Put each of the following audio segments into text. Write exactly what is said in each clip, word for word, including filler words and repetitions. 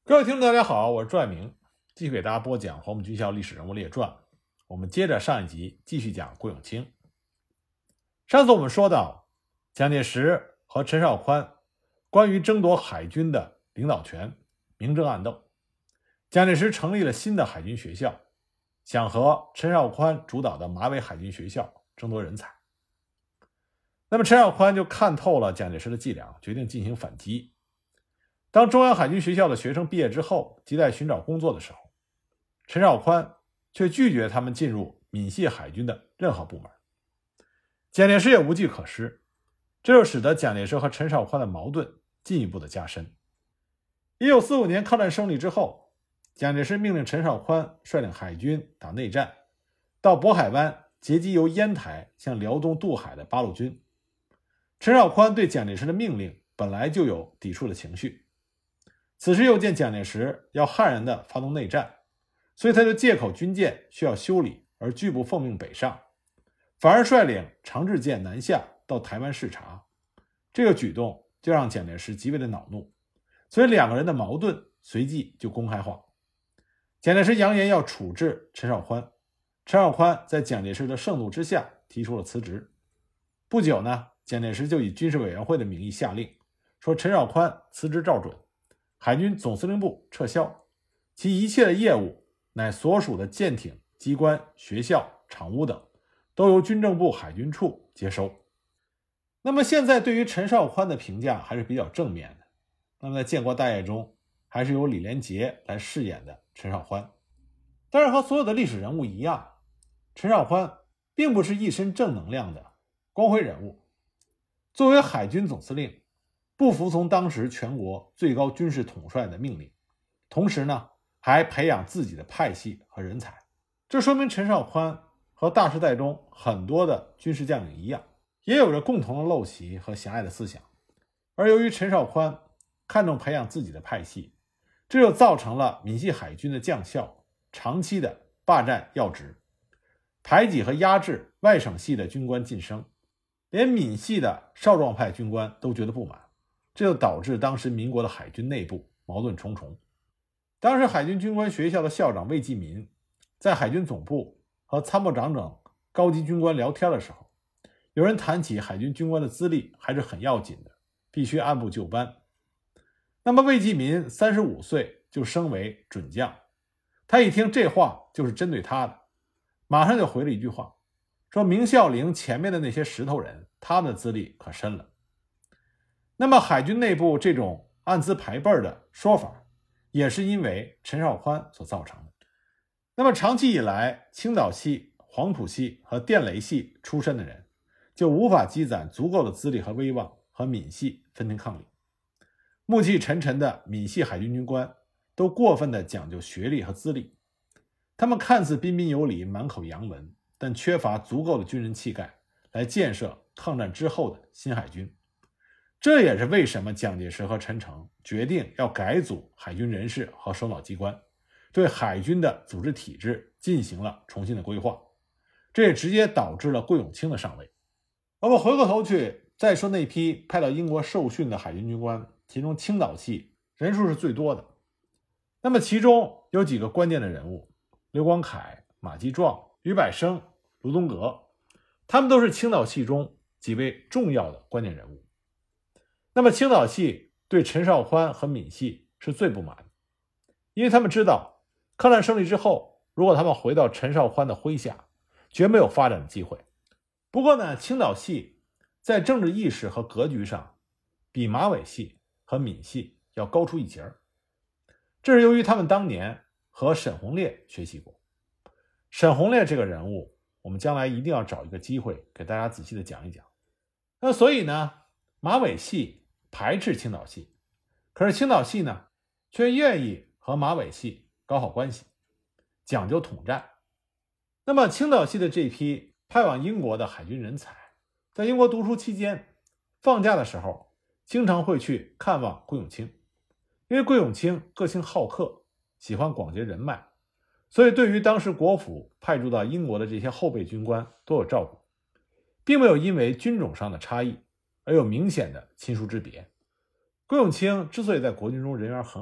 各位听众大家好，我是朱爱明，继续给大家播讲黄埔军校历史人物列传。我们接着上一集继续讲桂永清。上次我们说到蒋介石和陈绍宽关于争夺海军的领导权明争暗斗，蒋介石成立了新的海军学校，想和陈绍宽主导的马尾海军学校争夺人才。那么陈绍宽就看透了蒋介石的伎俩，决定进行反击。当中央海军学校的学生毕业之后亟待寻找工作的时候，陈绍宽却拒绝他们进入闽系海军的任何部门。蒋介石也无计可施，这就使得蒋介石和陈绍宽的矛盾进一步的加深。一九四五年抗战胜利之后，蒋介石命令陈绍宽率领海军打内战，到渤海湾截击由烟台向辽东渡海的八路军。陈绍宽对蒋介石的命令本来就有抵触的情绪，此时又见蒋介石要悍然地发动内战，所以他就借口军舰需要修理而拒不奉命北上，反而率领长治舰南下到台湾视察。这个举动就让蒋介石极为的恼怒，所以两个人的矛盾随即就公开化。蒋介石扬言要处置陈绍宽，陈绍宽在蒋介石的盛怒之下提出了辞职。不久呢，蒋介石就以军事委员会的名义下令，说陈绍宽辞职照准，海军总司令部撤销，其一切的业务乃所属的舰艇、机关、学校、厂屋等都由军政部海军处接收。那么现在对于陈绍宽的评价还是比较正面的。那么在建国大业中，还是由李连杰来饰演的陈绍宽。但是和所有的历史人物一样，陈绍宽并不是一身正能量的光辉人物。作为海军总司令，不服从当时全国最高军事统帅的命令，同时呢，还培养自己的派系和人才。这说明陈绍宽和大时代中很多的军事将领一样，也有着共同的陋习和狭隘的思想。而由于陈绍宽看重培养自己的派系，这就造成了闽系海军的将校长期的霸占要职，排挤和压制外省系的军官晋升，连闽系的少壮派军官都觉得不满，这就导致当时民国的海军内部矛盾重重。当时海军军官学校的校长魏继民在海军总部和参谋长等高级军官聊天的时候，有人谈起海军军官的资历还是很要紧的，必须按部就班。那么魏继民三十五岁就升为准将，他一听这话就是针对他的，马上就回了一句话，说明孝陵前面的那些石头人，他们的资历可深了。那么海军内部这种按资排辈的说法，也是因为陈绍宽所造成的。那么长期以来，青岛系、黄埔系和电雷系出身的人，就无法积攒足够的资历和威望和闽系分庭抗礼。暮气沉沉的闽系海军军官都过分地讲究学历和资历，他们看似彬彬有礼，满口洋文，但缺乏足够的军人气概来建设抗战之后的新海军。这也是为什么蒋介石和陈诚决定要改组海军人事和首脑机关，对海军的组织体制进行了重新的规划，这也直接导致了桂永清的上位。我们回过头去再说那批派到英国受训的海军军官，其中青岛系人数是最多的。那么其中有几个关键的人物，刘光凯、马基壮、于百生、卢东阁，他们都是青岛系中几位重要的关键人物。那么青岛系对陈绍宽和闽系是最不满的，因为他们知道抗战胜利之后，如果他们回到陈绍宽的麾下，绝没有发展的机会。不过呢，青岛系在政治意识和格局上比马尾系和闽系要高出一截儿，这是由于他们当年和沈鸿烈学习过。沈鸿烈这个人物，我们将来一定要找一个机会给大家仔细的讲一讲。那所以呢，马尾系排斥青岛系，可是青岛系呢，却愿意和马尾系搞好关系，讲究统战。那么青岛系的这批派往英国的海军人才，在英国读书期间，放假的时候经常会去看望桂永清。因为桂永清个性好客，喜欢广结人脉，所以对于当时国府派驻到英国的这些后备军官都有照顾，并没有因为军种上的差异而有明显的亲疏之别。桂永清之所以在国军中人缘很好，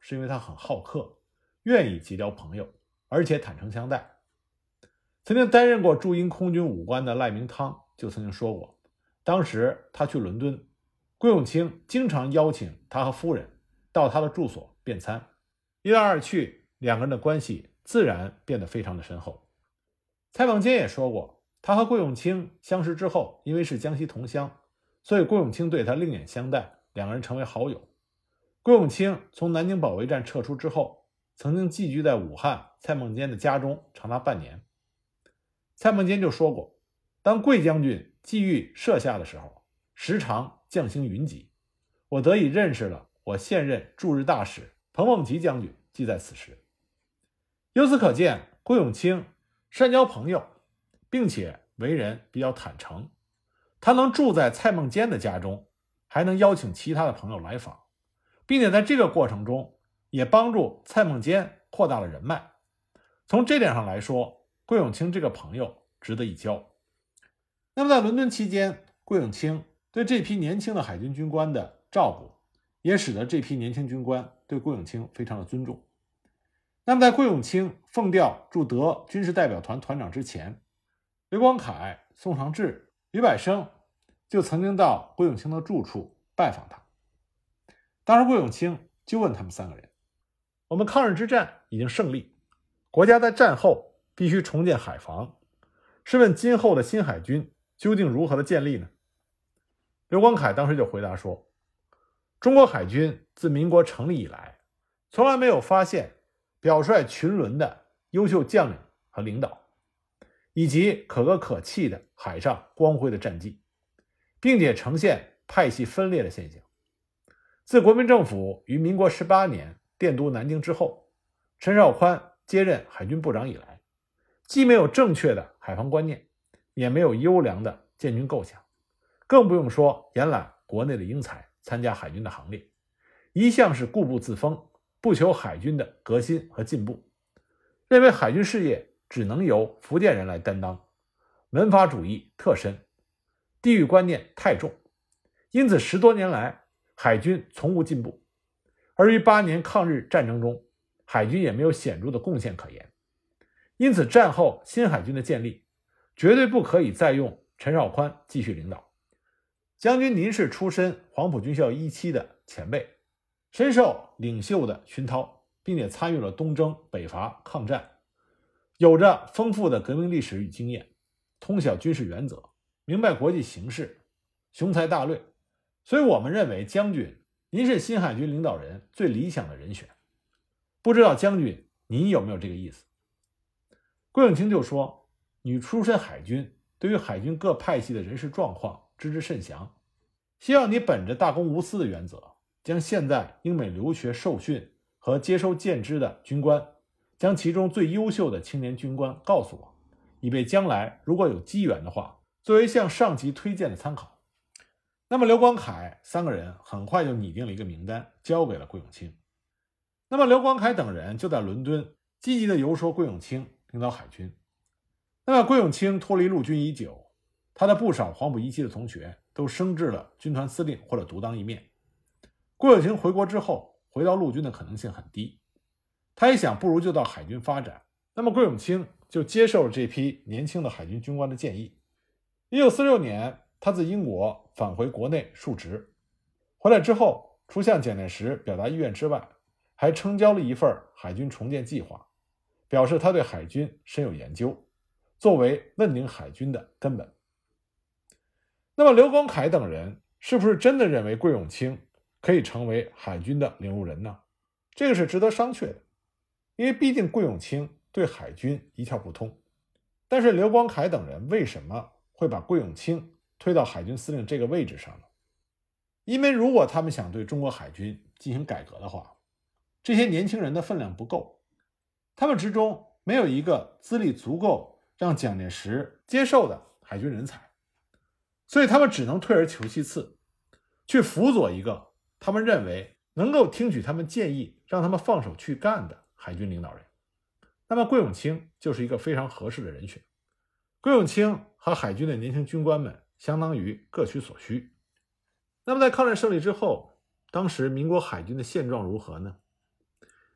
是因为他很好客，愿意结交朋友，而且坦诚相待。曾经担任过驻英空军武官的赖明汤就曾经说过，当时他去伦敦，桂永清经常邀请他和夫人到他的住所便餐，一来二去，两个人的关系自然变得非常的深厚。蔡孟坚也说过，他和桂永清相识之后，因为是江西同乡，所以桂永清对他另眼相待，两个人成为好友。桂永清从南京保卫战撤出之后，曾经寄居在武汉蔡孟坚的家中长达半年。蔡孟坚就说过，当桂将军寄寓舍下的时候，时常将星云集，我得以认识了我现任驻日大使彭孟吉将军，即在此时。由此可见，桂永清善交朋友，并且为人比较坦诚，他能住在蔡孟坚的家中，还能邀请其他的朋友来访，并且在这个过程中也帮助蔡孟坚扩大了人脉。从这点上来说，桂永清这个朋友值得一交。那么在伦敦期间，桂永清对这批年轻的海军军官的照顾，也使得这批年轻军官对桂永清非常的尊重。那么在桂永清奉调驻德军事代表团团长之前，刘光凯、宋长志、吕百生就曾经到桂永清的住处拜访他。当时桂永清就问他们三个人，我们抗日之战已经胜利，国家在战后必须重建海防，试问今后的新海军究竟如何的建立呢？刘光凯当时就回答说，中国海军自民国成立以来，从来没有发现表率群伦的优秀将领和领导，以及可歌可泣的海上光辉的战绩，并且呈现派系分裂的现象。自国民政府于民国十八年电督南京之后，陈绍宽接任海军部长以来，既没有正确的海防观念，也没有优良的建军构想，更不用说延揽国内的英才参加海军的行列，一向是固步自封，不求海军的革新和进步，认为海军事业只能由福建人来担当，文法主义特深，地域观念太重，因此十多年来海军从无进步。而于八年抗日战争中，海军也没有显著的贡献可言，因此战后新海军的建立绝对不可以再用陈绍宽继续领导。将军您是出身黄埔军校一期的前辈，深受领袖的熏陶，并且参与了东征、北伐、抗战，有着丰富的革命历史与经验，通晓军事原则，明白国际形势，雄才大略，所以我们认为将军您是新海军领导人最理想的人选。不知道将军您有没有这个意思？桂永清就说，你出身海军，对于海军各派系的人事状况知之甚详，希望你本着大公无私的原则，将现在英美留学受训和接收建制的军官，将其中最优秀的青年军官告诉我，以备将来如果有机缘的话，作为向上级推荐的参考。那么刘光凯三个人很快就拟定了一个名单，交给了桂永清。那么刘光凯等人就在伦敦积极地游说桂永清领导海军。那么桂永清脱离陆军已久，他的不少黄埔一期的同学都升至了军团司令或者独当一面。桂永清回国之后，回到陆军的可能性很低，他也想不如就到海军发展。那么桂永清就接受了这批年轻的海军军官的建议。一九四六年，他自英国返回国内述职，回来之后，除向蒋介石表达意愿之外，还呈交了一份海军重建计划，表示他对海军深有研究，作为问鼎海军的根本。那么刘光凯等人是不是真的认为桂永清可以成为海军的领路人呢？这个是值得商榷的，因为毕竟桂永清对海军一窍不通。但是刘光凯等人为什么会把桂永清推到海军司令这个位置上呢？因为如果他们想对中国海军进行改革的话，这些年轻人的分量不够，他们之中没有一个资历足够让蒋介石接受的海军人才，所以他们只能退而求其次，去辅佐一个他们认为能够听取他们建议，让他们放手去干的海军领导人。那么桂永清就是一个非常合适的人选。桂永清和海军的年轻军官们相当于各取所需。那么在抗战胜利之后，当时民国海军的现状如何呢？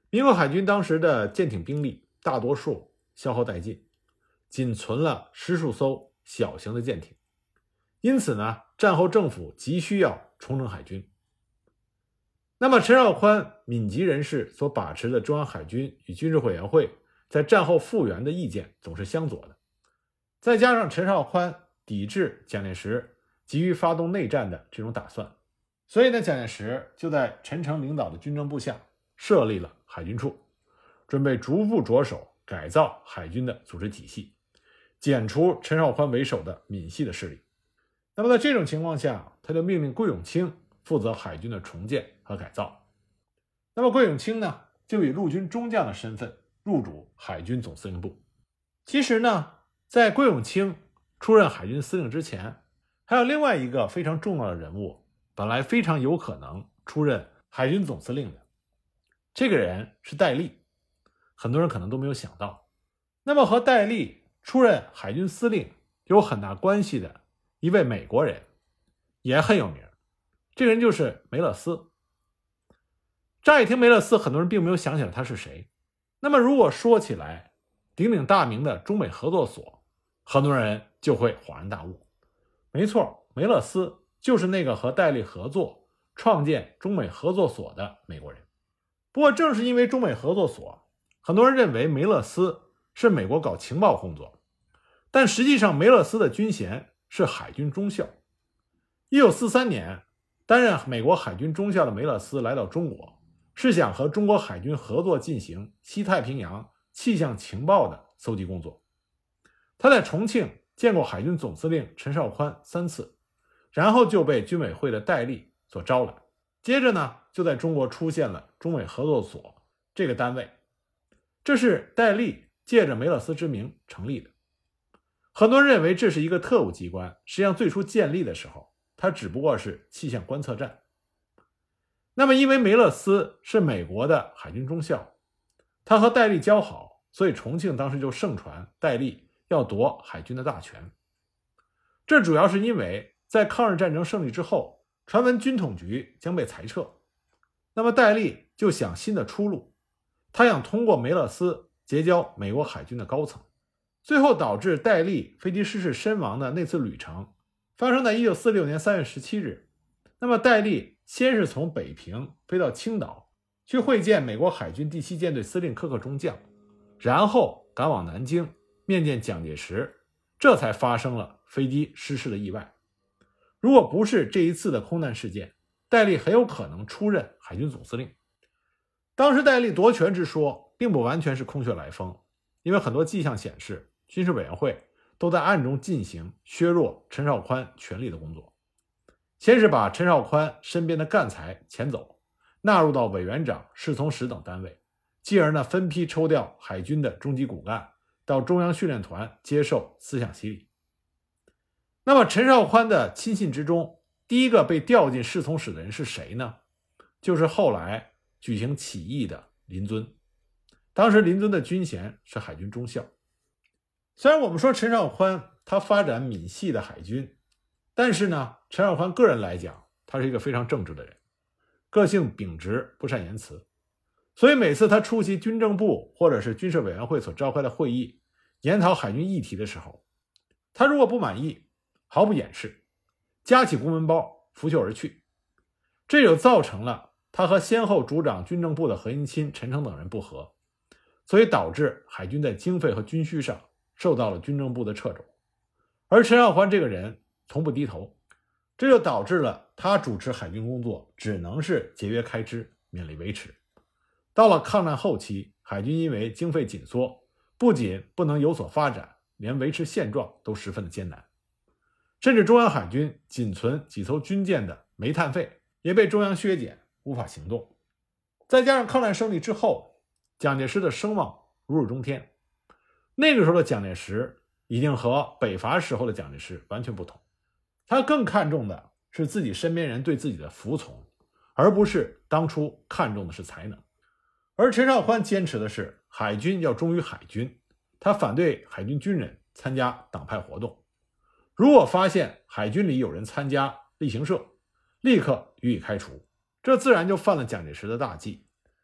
民国海军当时的舰艇兵力大多数消耗殆尽，仅存了十数艘小型的舰艇。因此呢，战后政府急需要重整海军。那么陈绍宽闽籍人士所把持的中央海军与军事委员会在战后复员的意见总是相左的，再加上陈绍宽抵制蒋介石急于发动内战的这种打算，所以呢，蒋介石就在陈诚领导的军政部下设立了海军处，准备逐步着手改造海军的组织体系，剪除陈绍宽为首的闽系的势力。那么在这种情况下，他就命令桂永清负责海军的重建和改造。那么桂永清呢，就以陆军中将的身份入主海军总司令部。其实呢，在桂永清出任海军司令之前，还有另外一个非常重要的人物，本来非常有可能出任海军总司令的。这个人是戴笠，很多人可能都没有想到。那么和戴笠出任海军司令有很大关系的一位美国人也很有名，这个人就是梅勒斯。乍一听梅勒斯，很多人并没有想起来他是谁。那么如果说起来鼎鼎大名的中美合作所，很多人就会恍然大悟。没错，梅勒斯就是那个和戴笠合作创建中美合作所的美国人。不过正是因为中美合作所，很多人认为梅勒斯是美国搞情报工作，但实际上梅勒斯的军衔是海军中校。一九四三年，担任美国海军中校的梅勒斯来到中国，是想和中国海军合作进行西太平洋气象情报的搜集工作。他在重庆见过海军总司令陈绍宽三次，然后就被军委会的戴笠所招揽。接着呢，就在中国出现了中美合作所这个单位，这是戴笠借着梅勒斯之名成立的。很多人认为这是一个特务机关，实际上最初建立的时候，它只不过是气象观测站。那么因为梅勒斯是美国的海军中校，他和戴笠交好，所以重庆当时就盛传戴笠要夺海军的大权。这主要是因为在抗日战争胜利之后，传闻军统局将被裁撤，那么戴笠就想新的出路，他想通过梅勒斯结交美国海军的高层，最后导致戴笠飞机失事身亡的那次旅程发生在一九四六年三月十七日。那么戴笠先是从北平飞到青岛去会见美国海军第七舰队司令柯克中将，然后赶往南京面见蒋介石，这才发生了飞机失事的意外。如果不是这一次的空难事件，戴笠很有可能出任海军总司令。当时戴笠夺权之说并不完全是空穴来风，因为很多迹象显示军事委员会都在暗中进行削弱陈绍宽权力的工作。先是把陈绍宽身边的干才遣走，纳入到委员长、侍从室等单位，继而呢分批抽调海军的中级骨干到中央训练团接受思想洗礼。那么陈绍宽的亲信之中，第一个被调进侍从室的人是谁呢？就是后来举行起义的林遵。当时林遵的军衔是海军中校。虽然我们说陈绍宽他发展闽系的海军，但是呢，陈绍宽个人来讲，他是一个非常正直的人，个性秉直，不善言辞。所以每次他出席军政部或者是军事委员会所召开的会议，研讨海军议题的时候，他如果不满意，毫不掩饰，夹起公文包拂袖而去。这就造成了他和先后主掌军政部的何应钦、陈诚等人不和，所以导致海军在经费和军需上受到了军政部的掣肘。而陈绍宽这个人从不低头，这就导致了他主持海军工作只能是节约开支，勉力维持。到了抗战后期，海军因为经费紧缩，不仅不能有所发展，连维持现状都十分的艰难。甚至中央海军仅存几艘军舰的煤炭费也被中央削减，无法行动。再加上抗战胜利之后，蒋介石的声望如日中天。那个时候的蒋介石已经和北伐时候的蒋介石完全不同，他更看重的是自己身边人对自己的服从，而不是当初看重的是才能。而陈绍宽坚持的是海军要忠于海军，他反对海军军人参加党派活动。如果发现海军里有人参加例行社，立刻予以开除，这自然就犯了蒋介石的大忌。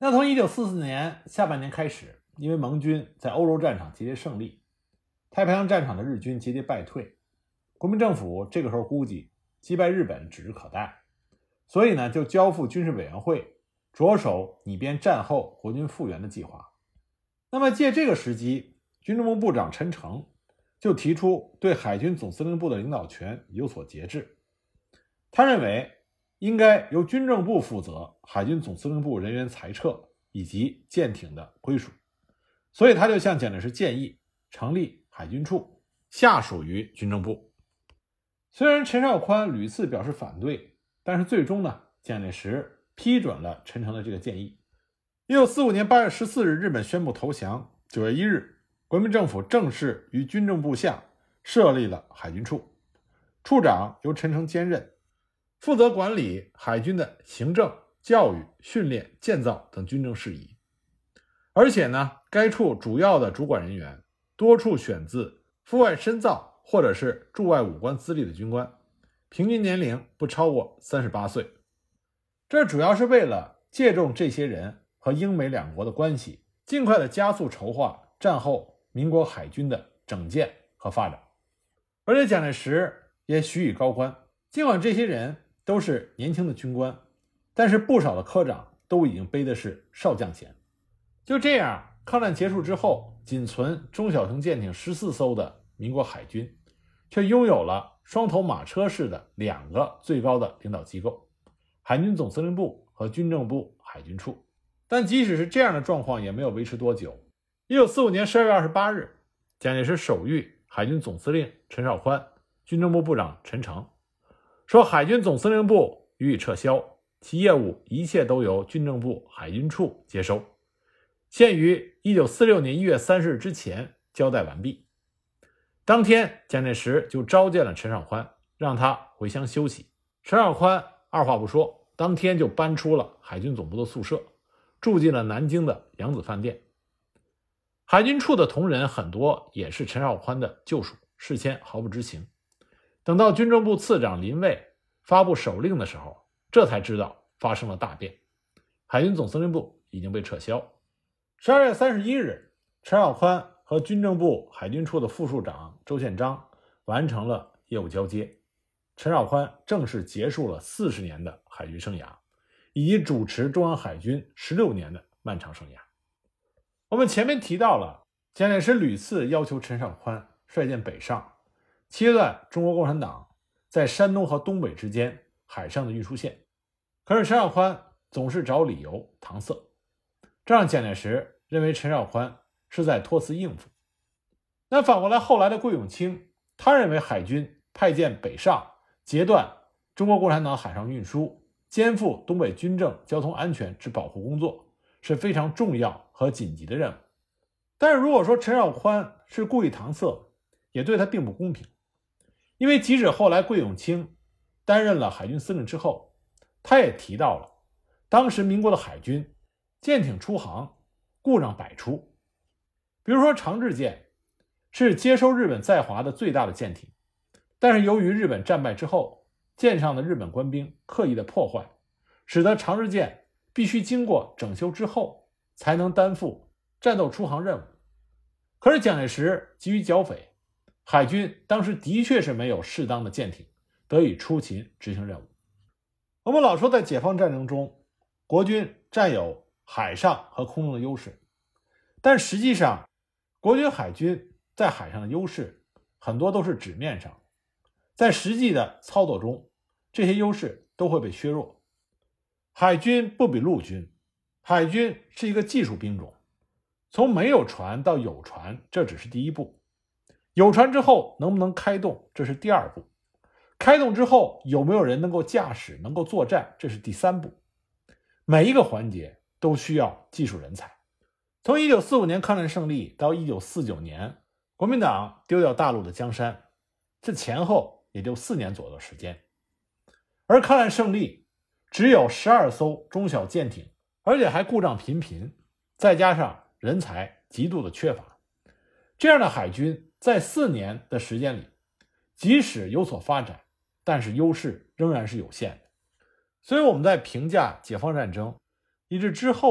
那从一九四四年下半年开始，因为盟军在欧洲战场节节胜利，太平洋战场的日军节节败退，国民政府这个时候估计击败日本指日可待，所以呢就交付军事委员会着手拟编战后国军复员的计划。那么借这个时机，军政部部长陈诚就提出对海军总司令部的领导权有所节制。他认为应该由军政部负责海军总司令部人员裁撤以及舰艇的归属，所以他就向蒋介石建议成立海军处，下属于军政部。虽然陈绍宽屡次表示反对，但是最终呢，蒋介石批准了陈诚的这个建议。一九四五年八月十四日，日本宣布投降。九月一日，国民政府正式于军政部下设立了海军处，处长由陈诚兼任，负责管理海军的行政、教育、训练、建造等军政事宜。而且呢，该处主要的主管人员多处选自赴外深造或者是驻外武官资历的军官，平均年龄不超过三十八岁。这主要是为了借重这些人和英美两国的关系，尽快的加速筹划战后民国海军的整建和发展。而且蒋介石也许以高官，尽管这些人都是年轻的军官，但是不少的科长都已经背的是少将衔。就这样，抗战结束之后，仅存中小型舰艇十四艘的民国海军，却拥有了双头马车式的两个最高的领导机构，海军总司令部和军政部海军处。但即使是这样的状况也没有维持多久。一九四五年十二月二十八日，蒋介石手谕海军总司令陈绍宽、军政部部长陈诚，说海军总司令部予以撤销，其业务一切都由军政部海军处接收，现于一九四六年一月三十日之前交代完毕。当天，蒋介石就召见了陈绍宽，让他回乡休息。陈绍宽二话不说，当天就搬出了海军总部的宿舍，住进了南京的扬子饭店。海军处的同仁很多也是陈绍宽的旧属，事先毫不知情。等到军政部次长林蔚发布手令的时候，这才知道发生了大变，海军总司令部已经被撤销。十二月三十一日，陈绍宽和军政部海军处的副处长周宪章完成了业务交接，陈绍宽正式结束了四十年的海军生涯，以及主持中央海军十六年的漫长生涯。我们前面提到了，蒋介石屡次要求陈绍宽率舰北上，切断中国共产党在山东和东北之间海上的运输线。可是陈绍宽总是找理由搪塞，这让蒋介石认为陈绍宽是在托辞应付。那反过来，后来的桂永清，他认为海军派舰北上，截断中国共产党海上运输，肩负东北军政交通安全之保护工作，是非常重要和紧急的任务。但是如果说陈绍宽是故意搪塞，也对他并不公平。因为即使后来桂永清担任了海军司令之后，他也提到了当时民国的海军舰艇出航故障百出。比如说长治舰是接收日本在华的最大的舰艇，但是由于日本战败之后，舰上的日本官兵刻意的破坏，使得长治舰必须经过整修之后才能担负战斗出航任务。可是蒋介石急于剿匪，海军当时的确是没有适当的舰艇得以出勤执行任务。我们老说在解放战争中，国军占有海上和空中的优势，但实际上国军海军在海上的优势很多都是纸面上，在实际的操作中，这些优势都会被削弱。海军不比陆军，海军是一个技术兵种，从没有船到有船，这只是第一步。有船之后能不能开动，这是第二步。开动之后有没有人能够驾驶，能够作战，这是第三步。每一个环节都需要技术人才。从一九四五年抗战胜利到一九四九年国民党丢掉大陆的江山，这前后也就四年左右的时间。而抗战胜利只有十二艘中小舰艇，而且还故障频频，再加上人才极度的缺乏，这样的海军在四年的时间里，即使有所发展，但是优势仍然是有限的。所以我们在评价解放战争以至之后的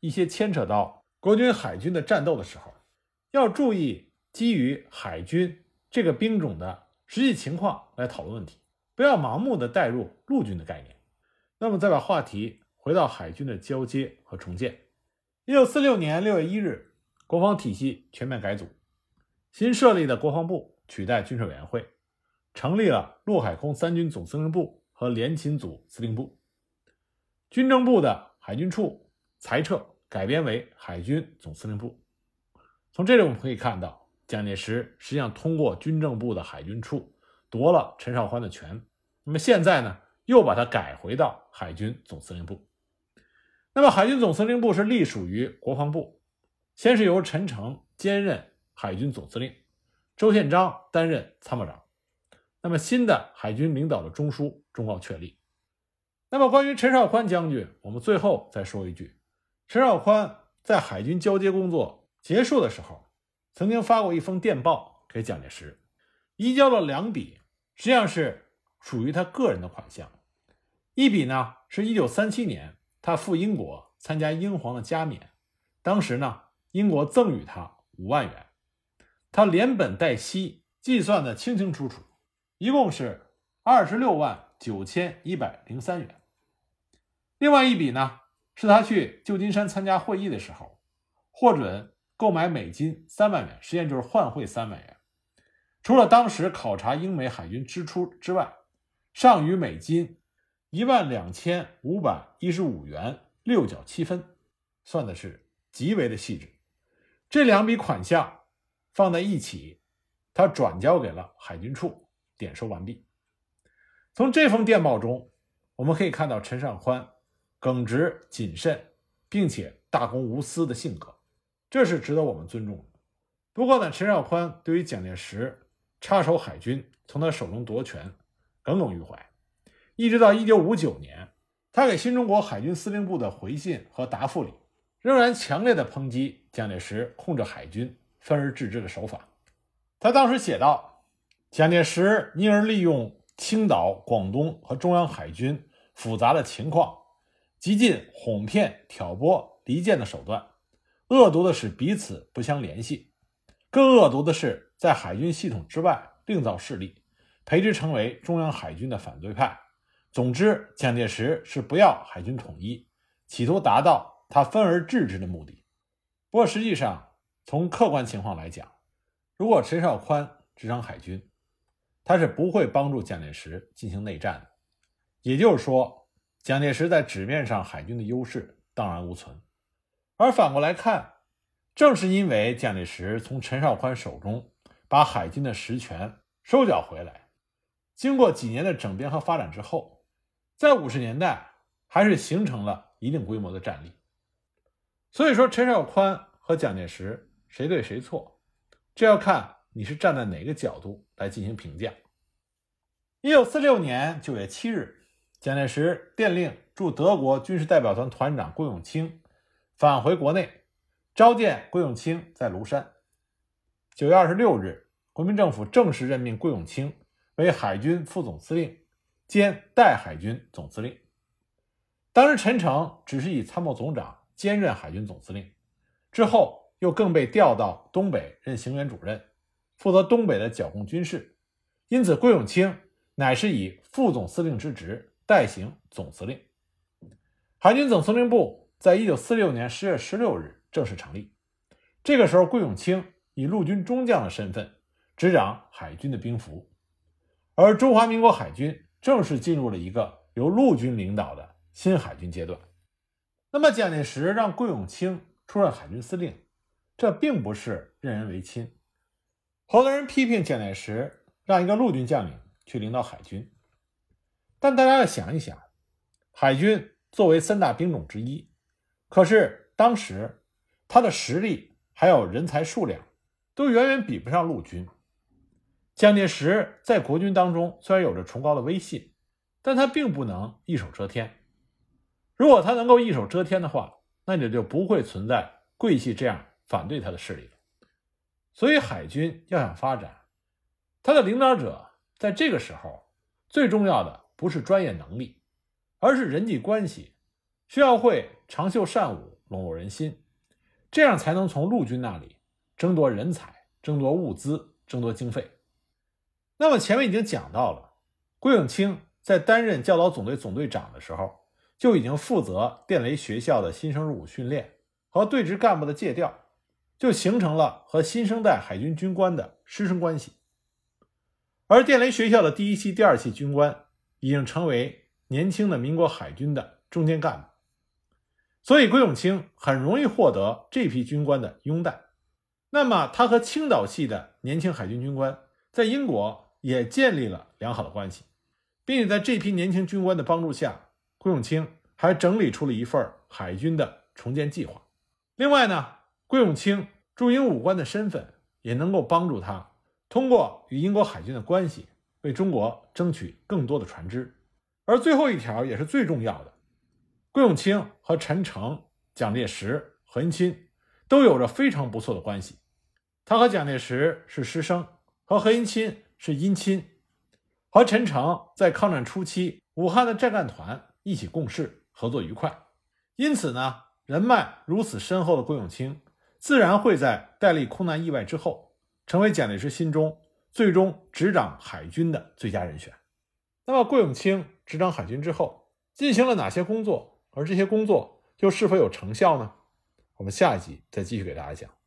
一些牵扯到国军海军的战斗的时候，要注意基于海军这个兵种的实际情况来讨论问题，不要盲目的带入陆军的概念。那么再把话题回到海军的交接和重建。一九四六年六月一日，国防体系全面改组，新设立的国防部取代军事委员会，成立了陆海空三军总司令部和联勤组司令部。军政部的海军处裁撤改编为海军总司令部。从这里我们可以看到，蒋介石实际上通过军政部的海军处夺了陈绍宽的权，那么现在呢，又把它改回到海军总司令部。那么海军总司令部是隶属于国防部，先是由陈诚兼任海军总司令，周宪章担任参谋长。那么新的海军领导的中枢终告确立。那么关于陈绍宽将军，我们最后再说一句，陈绍宽在海军交接工作结束的时候，曾经发过一封电报给蒋介石，移交了两笔，实际上是属于他个人的款项。一笔呢是一九三七年他赴英国参加英皇的加冕，当时呢英国赠予他五万元，他连本带息计算的清清楚楚，一共是二十六万九千一百零三元。另外一笔呢是他去旧金山参加会议的时候，获准购买美金三万元，实际上就是换汇三万元。除了当时考察英美海军支出之外，尚余美金一万两千五百一十五元六角七分，算的是极为的细致。这两笔款项放在一起，他转交给了海军处，点收完毕。从这封电报中，我们可以看到陈绍宽耿直谨慎并且大公无私的性格，这是值得我们尊重的。不过呢，陈绍宽对于蒋介石插手海军，从他手中夺权耿耿于怀，一直到一九五九年，他给新中国海军司令部的回信和答复里，仍然强烈的抨击蒋介石控制海军分而治之的手法。他当时写道，蒋介石因而利用青岛、广东和中央海军复杂的情况，极尽哄骗、挑拨、离间的手段，恶毒的使彼此不相联系，更恶毒的是在海军系统之外另造势力，培之成为中央海军的反对派。总之，蒋介石是不要海军统一，企图达到他分而治之的目的。不过实际上，从客观情况来讲，如果陈绍宽执掌海军，他是不会帮助蒋介石进行内战的。也就是说，蒋介石在纸面上海军的优势荡然无存。而反过来看，正是因为蒋介石从陈绍宽手中把海军的实权收缴回来，经过几年的整编和发展之后，在五十年代还是形成了一定规模的战力。所以说陈绍宽和蒋介石谁对谁错，这要看你是站在哪个角度来进行评价。一九四六年九月七日，蒋介石电令驻德国军事代表团团长桂永清返回国内，召见桂永清在庐山。九月二十六日，国民政府正式任命桂永清为海军副总司令兼代海军总司令。当时陈诚只是以参谋总长兼任海军总司令，之后又更被调到东北任行辕主任，负责东北的剿共军事，因此桂永清乃是以副总司令之职代行总司令。海军总司令部在一九四六年十月十六日正式成立，这个时候桂永清以陆军中将的身份执掌海军的兵符，而中华民国海军正式进入了一个由陆军领导的新海军阶段。那么蒋介石让桂永清出任海军司令，这并不是任人唯亲。好多人批评蒋介石让一个陆军将领去领导海军，但大家要想一想，海军作为三大兵种之一，可是当时他的实力还有人才数量都远远比不上陆军。蒋介石在国军当中虽然有着崇高的威信，但他并不能一手遮天。如果他能够一手遮天的话，那也就不会存在桂系这样反对他的势力了。所以海军要想发展，他的领导者在这个时候最重要的不是专业能力，而是人际关系，需要会长袖善舞、 笼络人心，这样才能从陆军那里争夺人才、争夺物资、争夺经费。那么前面已经讲到了，桂永清在担任教导总队总队长的时候，就已经负责电雷学校的新生入伍训练和对职干部的借调，就形成了和新生代海军军官的师生关系。而电雷学校的第一期、第二期军官已经成为年轻的民国海军的中坚干部，所以桂永清很容易获得这批军官的拥戴。那么他和青岛系的年轻海军军官在英国也建立了良好的关系，并且在这批年轻军官的帮助下，桂永清还整理出了一份海军的重建计划。另外呢，桂永清驻英武官的身份也能够帮助他通过与英国海军的关系，为中国争取更多的船只。而最后一条也是最重要的，桂永清和陈诚、蒋介石、何应钦都有着非常不错的关系。他和蒋介石是师生，和何应钦是姻亲，和陈诚在抗战初期武汉的战干团一起共事，合作愉快。因此呢，人脉如此深厚的桂永清自然会在戴笠空难意外之后成为蒋介石心中最终执掌海军的最佳人选。那么桂永清执掌海军之后进行了哪些工作，而这些工作又是否有成效呢？我们下一集再继续给大家讲。